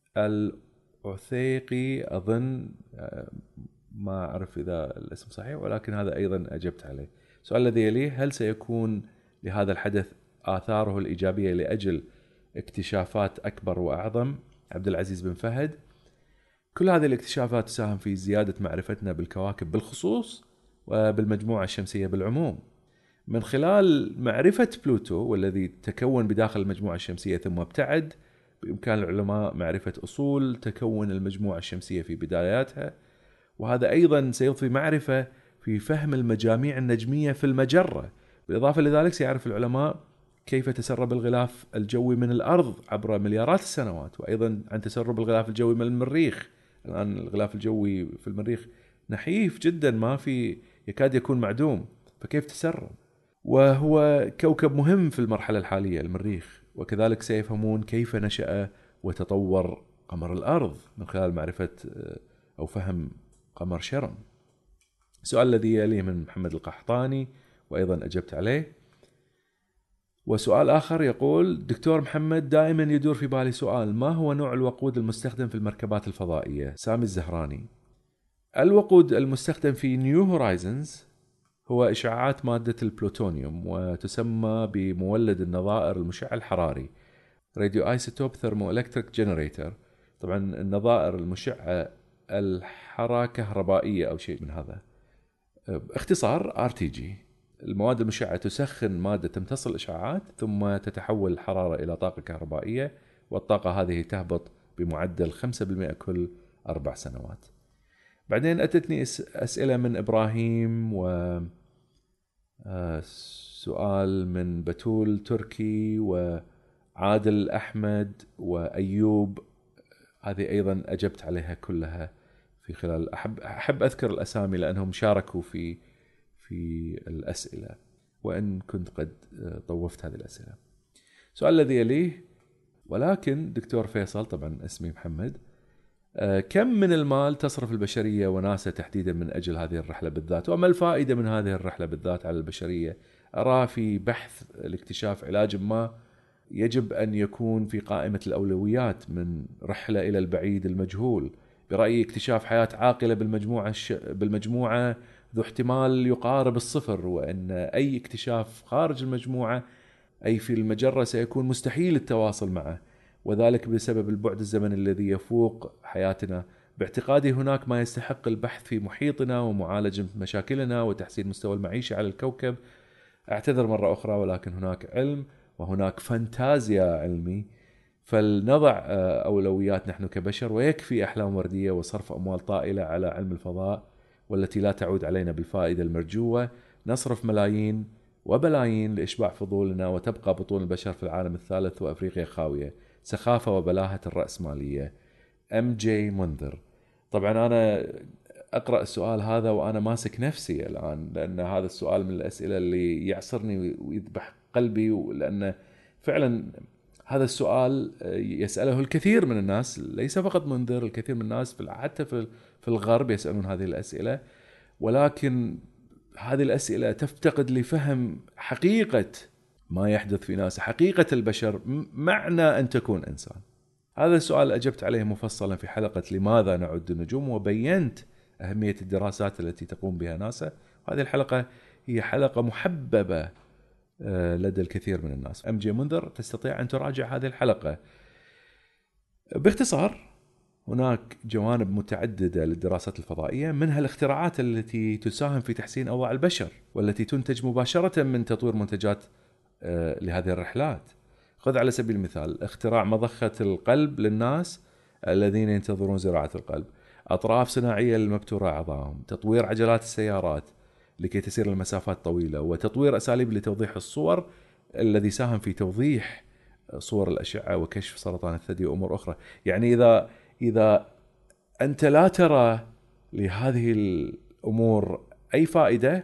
العثيقي، أظن ما أعرف إذا الاسم صحيح، ولكن هذا أيضا أجبت عليه. السؤال الذي يليه: هل سيكون لهذا الحدث آثاره الإيجابية لأجل اكتشافات أكبر وأعظم؟ عبد العزيز بن فهد: كل هذه الاكتشافات تساهم في زيادة معرفتنا بالكواكب بالخصوص وبالمجموعة الشمسية بالعموم. من خلال معرفة بلوتو والذي تكون بداخل المجموعة الشمسية ثم ابتعد، بإمكان العلماء معرفة أصول تكون المجموعة الشمسية في بداياتها، وهذا أيضا سيضفي معرفة في فهم المجاميع النجمية في المجرة. بالإضافة لذلك سيعرف العلماء كيف تسرب الغلاف الجوي من الأرض عبر مليارات السنوات، وأيضا عن تسرب الغلاف الجوي من المريخ. الآن الغلاف الجوي في المريخ نحيف جدا، ما في يكاد يكون معدوم، فكيف تسرب؟ وهو كوكب مهم في المرحلة الحالية المريخ، وكذلك سيفهمون كيف نشأ وتطور قمر الأرض من خلال معرفة أو فهم قمر شرم. السؤال الذي يليه من محمد القحطاني، وأيضا أجبت عليه. وسؤال آخر يقول: دكتور محمد، دائما يدور في بالي سؤال، ما هو نوع الوقود المستخدم في المركبات الفضائية؟ سامي الزهراني: الوقود المستخدم في نيو هورايزنز هو إشعاعات مادة البلوتونيوم، وتسمى بمولد النظائر المشع الحراري Radio Isotope Thermoelectric Generator. طبعا النظائر المشعة الحرة كهربائية أو شيء من هذا. باختصار آر تي جي. المواد المشعة تسخن مادة تمتص الإشعاعات ثم تتحول الحرارة إلى طاقة كهربائية، والطاقة هذه تهبط بمعدل خمسة بالمئة كل أربع سنوات. بعدين أتتني أسئلة من إبراهيم، و سؤال من بتول تركي وعادل أحمد وأيوب، هذه أيضا أجبت عليها كلها في خلال أحب أحب أذكر الأسامي لأنهم شاركوا في في الأسئلة، وإن كنت قد طوفت هذه الأسئلة. السؤال الذي يليه: ولكن دكتور فيصل، طبعا اسمي محمد، كم من المال تصرف البشرية وناسا تحديدا من أجل هذه الرحلة بالذات؟ وما الفائدة من هذه الرحلة بالذات على البشرية؟ أرى في بحث لاكتشاف علاج ما يجب أن يكون في قائمة الأولويات من رحلة إلى البعيد المجهول. برأيي اكتشاف حياة عاقلة بالمجموعة الش... بالمجموعة ذو احتمال يقارب الصفر، وأن أي اكتشاف خارج المجموعة أي في المجرة سيكون مستحيل التواصل معه، وذلك بسبب البعد الزمني الذي يفوق حياتنا. باعتقادي هناك ما يستحق البحث في محيطنا ومعالجة مشاكلنا وتحسين مستوى المعيشة على الكوكب. أعتذر مرة أخرى، ولكن هناك علم وهناك فانتازيا علمي، فلنضع أولويات نحن كبشر، ويكفي أحلام وردية وصرف أموال طائلة على علم الفضاء والتي لا تعود علينا بالفائدة المرجوة. نصرف ملايين وبلايين لإشباع فضولنا، وتبقى بطون البشر في العالم الثالث وأفريقيا خاوية. سخافة وبلاهة الرأسمالية. أم جي منذر. طبعا أنا أقرأ السؤال هذا وأنا ماسك نفسي الآن، لأن هذا السؤال من الأسئلة اللي يعصرني ويذبح قلبي، لأن فعلا هذا السؤال يسأله الكثير من الناس، ليس فقط منذر، الكثير من الناس حتى في الغرب يسألون هذه الأسئلة، ولكن هذه الأسئلة تفتقد لفهم حقيقة ما يحدث في ناس، حقيقة البشر، معنى أن تكون إنسان. هذا السؤال أجبت عليه مفصلا في حلقة لماذا نعد النجوم، وبينت أهمية الدراسات التي تقوم بها ناسا. هذه الحلقة هي حلقة محببة لدى الكثير من الناس. أم جي منذر، تستطيع أن تراجع هذه الحلقة. باختصار، هناك جوانب متعددة للدراسات الفضائية، منها الاختراعات التي تساهم في تحسين أوضاع البشر والتي تنتج مباشرة من تطوير منتجات لهذه الرحلات. خذ على سبيل المثال اختراع مضخة القلب للناس الذين ينتظرون زراعة القلب، أطراف صناعية للمبتورة أعضائهم، تطوير عجلات السيارات لكي تسير المسافات طويلة، وتطوير أساليب لتوضيح الصور الذي ساهم في توضيح صور الأشعة وكشف سرطان الثدي وأمور أخرى. يعني إذا إذا أنت لا ترى لهذه الأمور أي فائدة،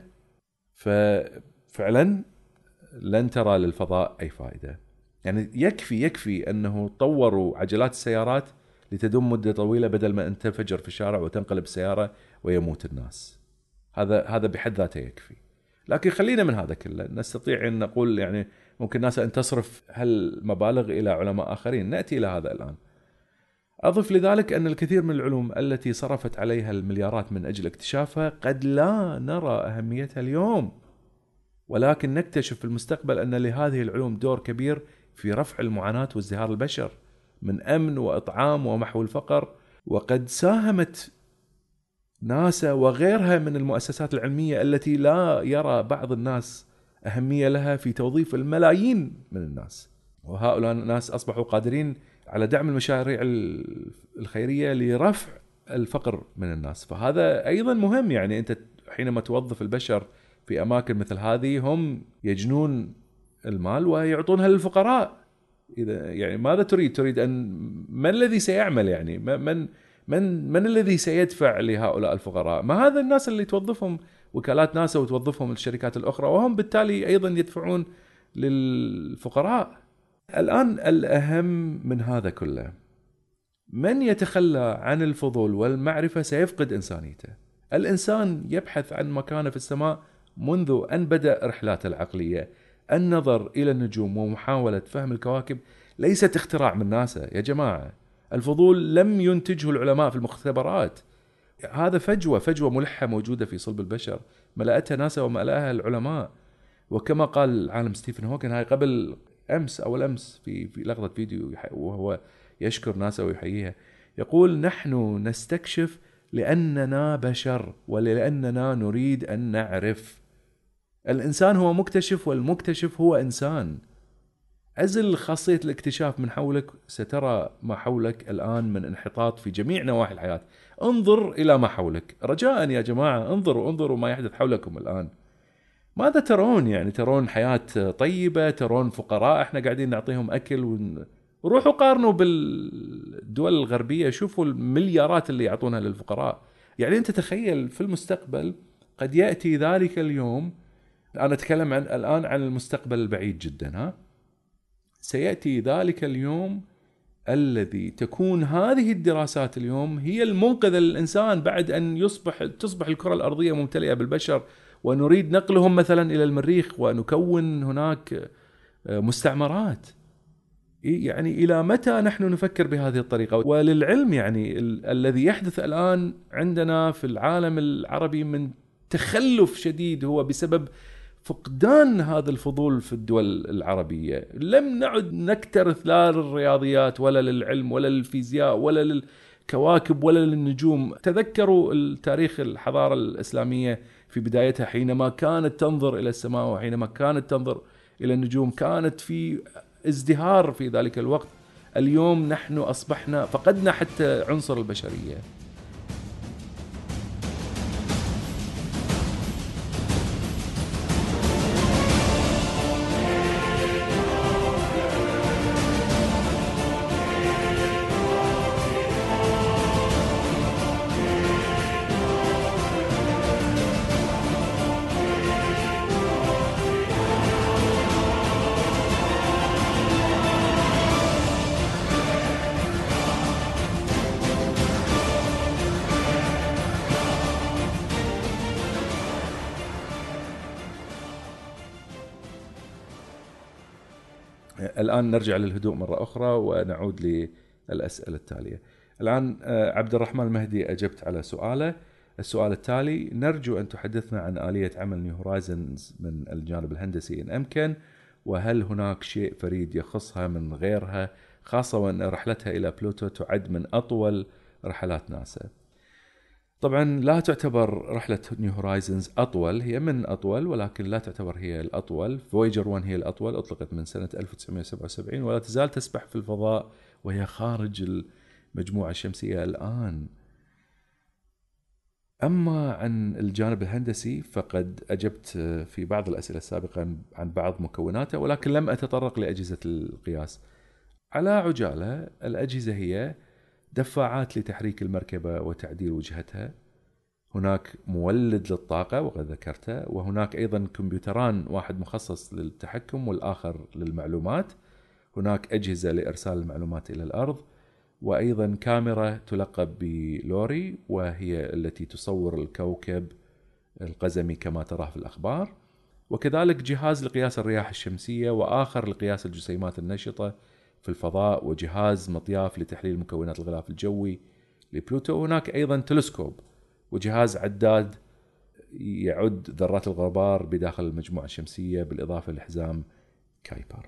ففعلا لن ترى للفضاء أي فائدة. يعني يكفي يكفي أنه طوروا عجلات السيارات لتدوم مدة طويلة بدل ما أن تنفجر في الشارع وتنقلب السيارة ويموت الناس. هذا هذا بحد ذاته يكفي. لكن خلينا من هذا كله، نستطيع أن نقول يعني ممكن الناس أن تصرف هالمبالغ إلى علماء آخرين، نأتي إلى هذا الآن. أضف لذلك أن الكثير من العلوم التي صرفت عليها المليارات من أجل اكتشافها قد لا نرى أهميتها اليوم، ولكن نكتشف في المستقبل أن لهذه العلوم دور كبير في رفع المعاناة وازدهار البشر من أمن وإطعام ومحو الفقر. وقد ساهمت ناسا وغيرها من المؤسسات العلمية التي لا يرى بعض الناس أهمية لها في توظيف الملايين من الناس، وهؤلاء الناس أصبحوا قادرين على دعم المشاريع الخيرية لرفع الفقر من الناس. فهذا أيضا مهم. يعني أنت حينما توظف البشر في أماكن مثل هذه، هم يجنون المال ويعطونها للفقراء. إذا يعني ماذا تريد؟ تريد أن من الذي سيعمل؟ يعني من من من الذي سيدفع لهؤلاء الفقراء؟ ما هذا الناس اللي توظفهم وكالات ناسا وتوظفهم الشركات الأخرى، وهم بالتالي أيضا يدفعون للفقراء. الآن الأهم من هذا كله، من يتخلى عن الفضول والمعرفة سيفقد إنسانيته. الإنسان يبحث عن مكانه في السماء منذ أن بدأ رحلاته العقلية. النظر إلى النجوم ومحاولة فهم الكواكب ليست اختراع من ناسا يا جماعة. الفضول لم ينتجه العلماء في المختبرات، هذا فجوة فجوة ملحة موجودة في صلب البشر، ملأتها ناسا وملأها العلماء. وكما قال العالم ستيفن هوكن هاي قبل أمس أو الأمس في في لقطة فيديو وهو يشكر ناسا ويحييها، يقول: نحن نستكشف لأننا بشر ولأننا نريد أن نعرف. الإنسان هو مكتشف والمكتشف هو إنسان. أزل خاصية الاكتشاف من حولك، سترى ما حولك الآن من انحطاط في جميع نواحي الحياة. انظر إلى ما حولك رجاء يا جماعة، انظروا انظروا ما يحدث حولكم الآن. ماذا ترون؟ يعني ترون حياة طيبة، ترون فقراء احنا قاعدين نعطيهم أكل ون... روحوا قارنوا بالدول الغربية، شوفوا المليارات اللي يعطونها للفقراء. يعني أنت تخيل في المستقبل قد يأتي ذلك اليوم، أنا أتكلم عن الآن عن المستقبل البعيد جدا، ها سيأتي ذلك اليوم الذي تكون هذه الدراسات اليوم هي المنقذة للإنسان بعد أن يصبح تصبح الكرة الأرضية ممتلئة بالبشر، ونريد نقلهم مثلا إلى المريخ ونكون هناك مستعمرات. يعني إلى متى نحن نفكر بهذه الطريقة؟ وللعلم يعني ال- الذي يحدث الآن عندنا في العالم العربي من تخلف شديد هو بسبب فقدان هذا الفضول في الدول العربية. لم نعد نكترث لا للرياضيات ولا للعلم ولا للفيزياء ولا للكواكب ولا للنجوم. تذكروا التاريخ الحضارة الإسلامية في بدايتها، حينما كانت تنظر إلى السماء وحينما كانت تنظر إلى النجوم كانت في ازدهار في ذلك الوقت. اليوم نحن أصبحنا فقدنا حتى عنصر البشرية. الآن نرجع للهدوء مرة أخرى ونعود للأسئلة التالية. الآن عبد الرحمن المهدي أجبت على سؤاله. السؤال التالي: نرجو أن تحدثنا عن آلية عمل نيو هورايزنز من الجانب الهندسي إن أمكن، وهل هناك شيء فريد يخصها من غيرها، خاصة وأن رحلتها إلى بلوتو تعد من أطول رحلات ناسا. طبعا لا تعتبر رحلة نيو هورايزنز أطول، هي من أطول ولكن لا تعتبر هي الأطول. فويجر واحد هي الأطول، أطلقت من سنة ألف وتسعمائة وسبعة وسبعين ولا تزال تسبح في الفضاء وهي خارج المجموعة الشمسية الآن. أما عن الجانب الهندسي فقد أجبت في بعض الأسئلة السابقة عن بعض مكوناته، ولكن لم أتطرق لأجهزة القياس. على عجالة، الأجهزة هي دفاعات لتحريك المركبة وتعديل وجهتها، هناك مولد للطاقة وقد ذكرته، وهناك أيضا كمبيوتران، واحد مخصص للتحكم والآخر للمعلومات، هناك أجهزة لإرسال المعلومات إلى الأرض، وأيضا كاميرا تلقب بلوري وهي التي تصور الكوكب القزمي كما تراه في الأخبار، وكذلك جهاز لقياس الرياح الشمسية، وآخر لقياس الجسيمات النشطة في الفضاء، وجهاز مطياف لتحليل مكونات الغلاف الجوي لبلوتو. هناك أيضا تلسكوب وجهاز عداد يعد ذرات الغبار بداخل المجموعة الشمسية، بالإضافة لحزام كايبر.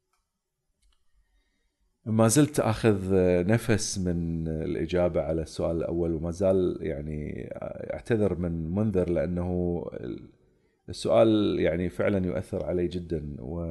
ما زلت أخذ نفس من الإجابة على السؤال الأول، وما زال يعني أعتذر من منذر لأنه السؤال يعني فعلا يؤثر علي جدا، و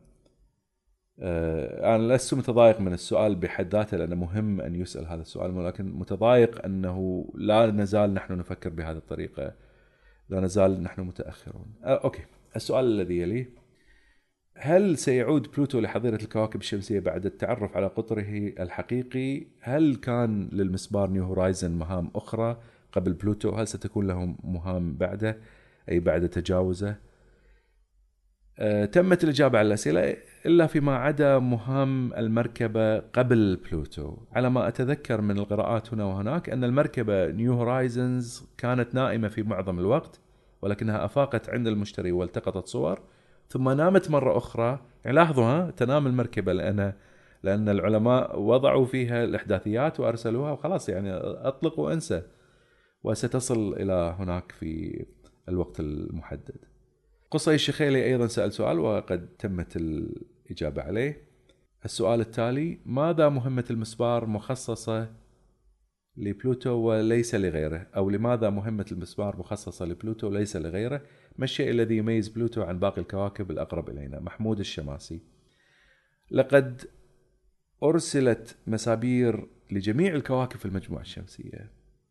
أنا لست متضايق من السؤال بحد ذاته لأنه مهم أن يسأل هذا السؤال، ولكن متضايق أنه لا نزال نحن نفكر بهذه الطريقة، لا نزال نحن متأخرون. أوكي، السؤال الذي يليه: هل سيعود بلوتو لحظيرة الكواكب الشمسية بعد التعرف على قطره الحقيقي؟ هل كان للمسبار نيو هورايزن مهام أخرى قبل بلوتو؟ هل ستكون له مهام بعده، أي بعد تجاوزه؟ أه تمت الإجابة على الأسئلة إلا فيما عدا مهام المركبة قبل بلوتو. على ما أتذكر من القراءات هنا وهناك أن المركبة نيو هورايزنز كانت نائمة في معظم الوقت، ولكنها أفاقت عند المشتري والتقطت صور ثم نامت مرة أخرى. يعني لاحظوا، ها تنام المركبة لأن لأن العلماء وضعوا فيها الإحداثيات وأرسلوها وخلاص، يعني أطلق وأنسى. وستصل إلى هناك في الوقت المحدد. قصي الشخيلي أيضا سأل سؤال وقد تمت الإجابة عليه. السؤال التالي: ماذا مهمة المسبار مخصصة لبلوتو وليس لغيره؟ أو لماذا مهمة المسبار مخصصة لبلوتو وليس لغيره؟ ما الشيء الذي يميز بلوتو عن باقي الكواكب الأقرب إلينا؟ محمود الشماسي. لقد أرسلت مسابير لجميع الكواكب في المجموعة الشمسية،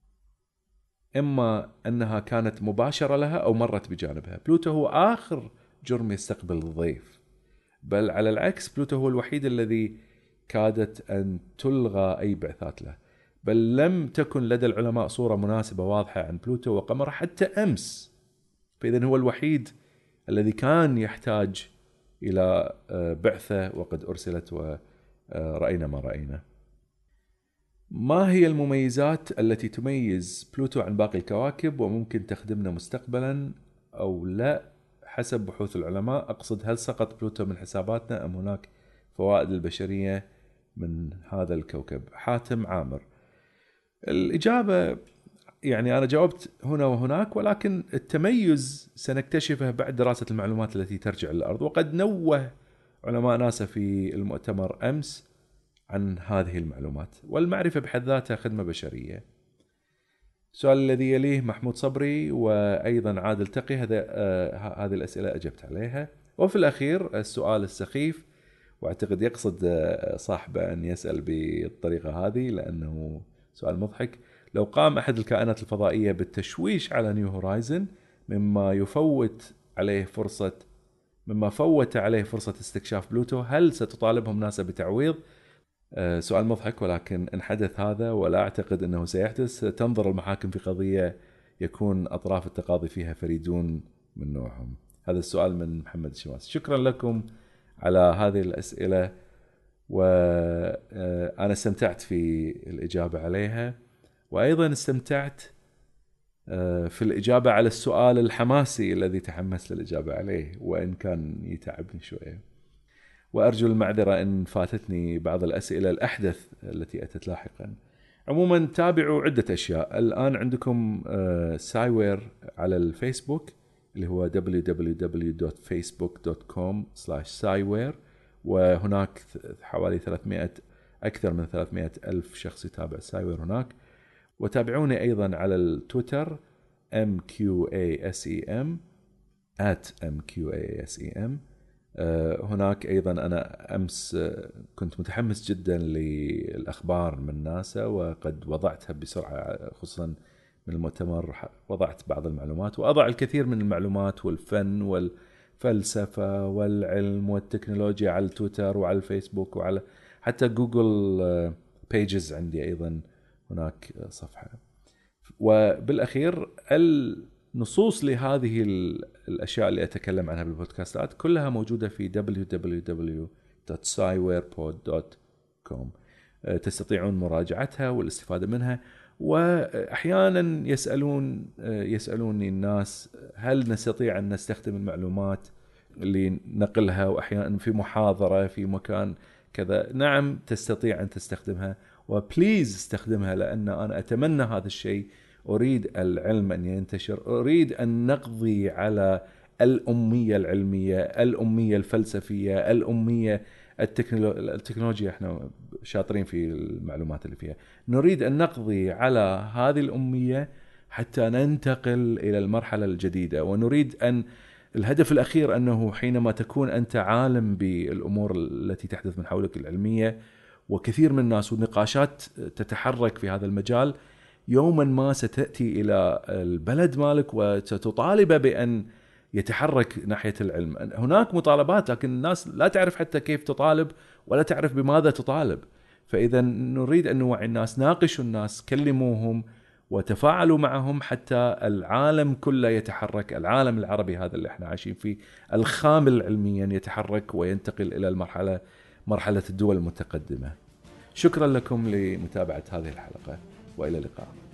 إما أنها كانت مباشرة لها أو مرت بجانبها. بلوتو هو آخر جرم يستقبل الضيف، بل على العكس بلوتو هو الوحيد الذي كادت أن تلغى أي بعثات له، بل لم تكن لدى العلماء صورة مناسبة واضحة عن بلوتو وقمره حتى أمس. فإذن هو الوحيد الذي كان يحتاج إلى بعثة وقد أرسلت ورأينا ما رأينا. ما هي المميزات التي تميز بلوتو عن باقي الكواكب وممكن تخدمنا مستقبلا أو لا حسب بحوث العلماء؟ أقصد هل سقط بلوتو من حساباتنا أم هناك فوائد البشرية من هذا الكوكب؟ حاتم عامر. الإجابة يعني أنا جاوبت هنا وهناك، ولكن التميز سنكتشفه بعد دراسة المعلومات التي ترجع للأرض، وقد نوه علماء ناسا في المؤتمر أمس عن هذه المعلومات، والمعرفة بحد ذاتها خدمة بشرية. السؤال الذي يليه محمود صبري وأيضا عادل تقي، هذا آه هذه الأسئلة أجبت عليها. وفي الأخير السؤال السخيف، واعتقد يقصد صاحبه أن يسأل بالطريقة هذه لأنه سؤال مضحك: لو قام أحد الكائنات الفضائية بالتشويش على نيو هورايزن مما يفوت عليه فرصة مما فوت عليه فرصة استكشاف بلوتو، هل ستطالبهم ناسا بتعويض؟ أه سؤال مضحك، ولكن إن حدث هذا، ولا أعتقد أنه سيحدث، تنظر المحاكم في قضية يكون أطراف التقاضي فيها فريدون من نوعهم. هذا السؤال من محمد الشماس. شكرا لكم على هذه الأسئلة، وأنا استمتعت في الإجابة عليها، وأيضا استمتعت في الإجابة على السؤال الحماسي الذي تحمس للإجابة عليه، وإن كان يتعبني شوية، وأرجو المعذرة إن فاتتني بعض الأسئلة الأحدث التي أتت لاحقا. عموما تابعوا عدة أشياء. الآن عندكم سايوير على الفيسبوك اللي هو دبليو دبليو دبليو دوت فيسبوك دوت كوم سلاش سايوير، وهناك حوالي ثلاثمائة أكثر من ثلاثمائة ألف شخص يتابع سايوير هناك. وتابعوني أيضا على التويتر إم كيو إيه إس إي إم at إم كيو إيه إس إي إم. هناك أيضا أنا أمس كنت متحمس جدا للأخبار من ناسا، وقد وضعتها بسرعة خصوصا من المؤتمر. وضعت بعض المعلومات، وأضع الكثير من المعلومات والفن والفلسفة والعلم والتكنولوجيا على التويتر وعلى الفيسبوك وعلى حتى جوجل بيجز، عندي أيضا هناك صفحة. وبالأخير النصوص لهذه الأشياء اللي أتكلم عنها بالبودكاستات كلها موجودة في دبليو دبليو دبليو دوت سايويربود دوت كوم. تستطيعون مراجعتها والاستفادة منها. وأحيانا يسألون يسألوني الناس هل نستطيع أن نستخدم المعلومات اللي نقلها، وأحيانا في محاضرة في مكان كذا. نعم تستطيع أن تستخدمها، وبليز استخدمها، لأن أنا أتمنى هذا الشيء. أريد العلم أن ينتشر، أريد أن نقضي على الأمية العلمية، الأمية الفلسفية، الأمية التكنولوجيا. احنا شاطرين في المعلومات اللي فيها. نريد أن نقضي على هذه الأمية حتى ننتقل إلى المرحلة الجديدة. ونريد أن الهدف الأخير أنه حينما تكون أنت عالم بالأمور التي تحدث من حولك العلمية، وكثير من الناس والنقاشات تتحرك في هذا المجال، يوما ما ستأتي إلى البلد مالك وستطالب بأن يتحرك ناحية العلم. هناك مطالبات، لكن الناس لا تعرف حتى كيف تطالب ولا تعرف بماذا تطالب. فإذا نريد أن نوعي الناس، ناقشوا الناس، كلموهم وتفاعلوا معهم حتى العالم كله يتحرك. العالم العربي هذا اللي احنا عايشين فيه الخامل علميا يتحرك وينتقل إلى المرحلة مرحلة الدول المتقدمة. شكرا لكم لمتابعة هذه الحلقة، وإلى اللقاء.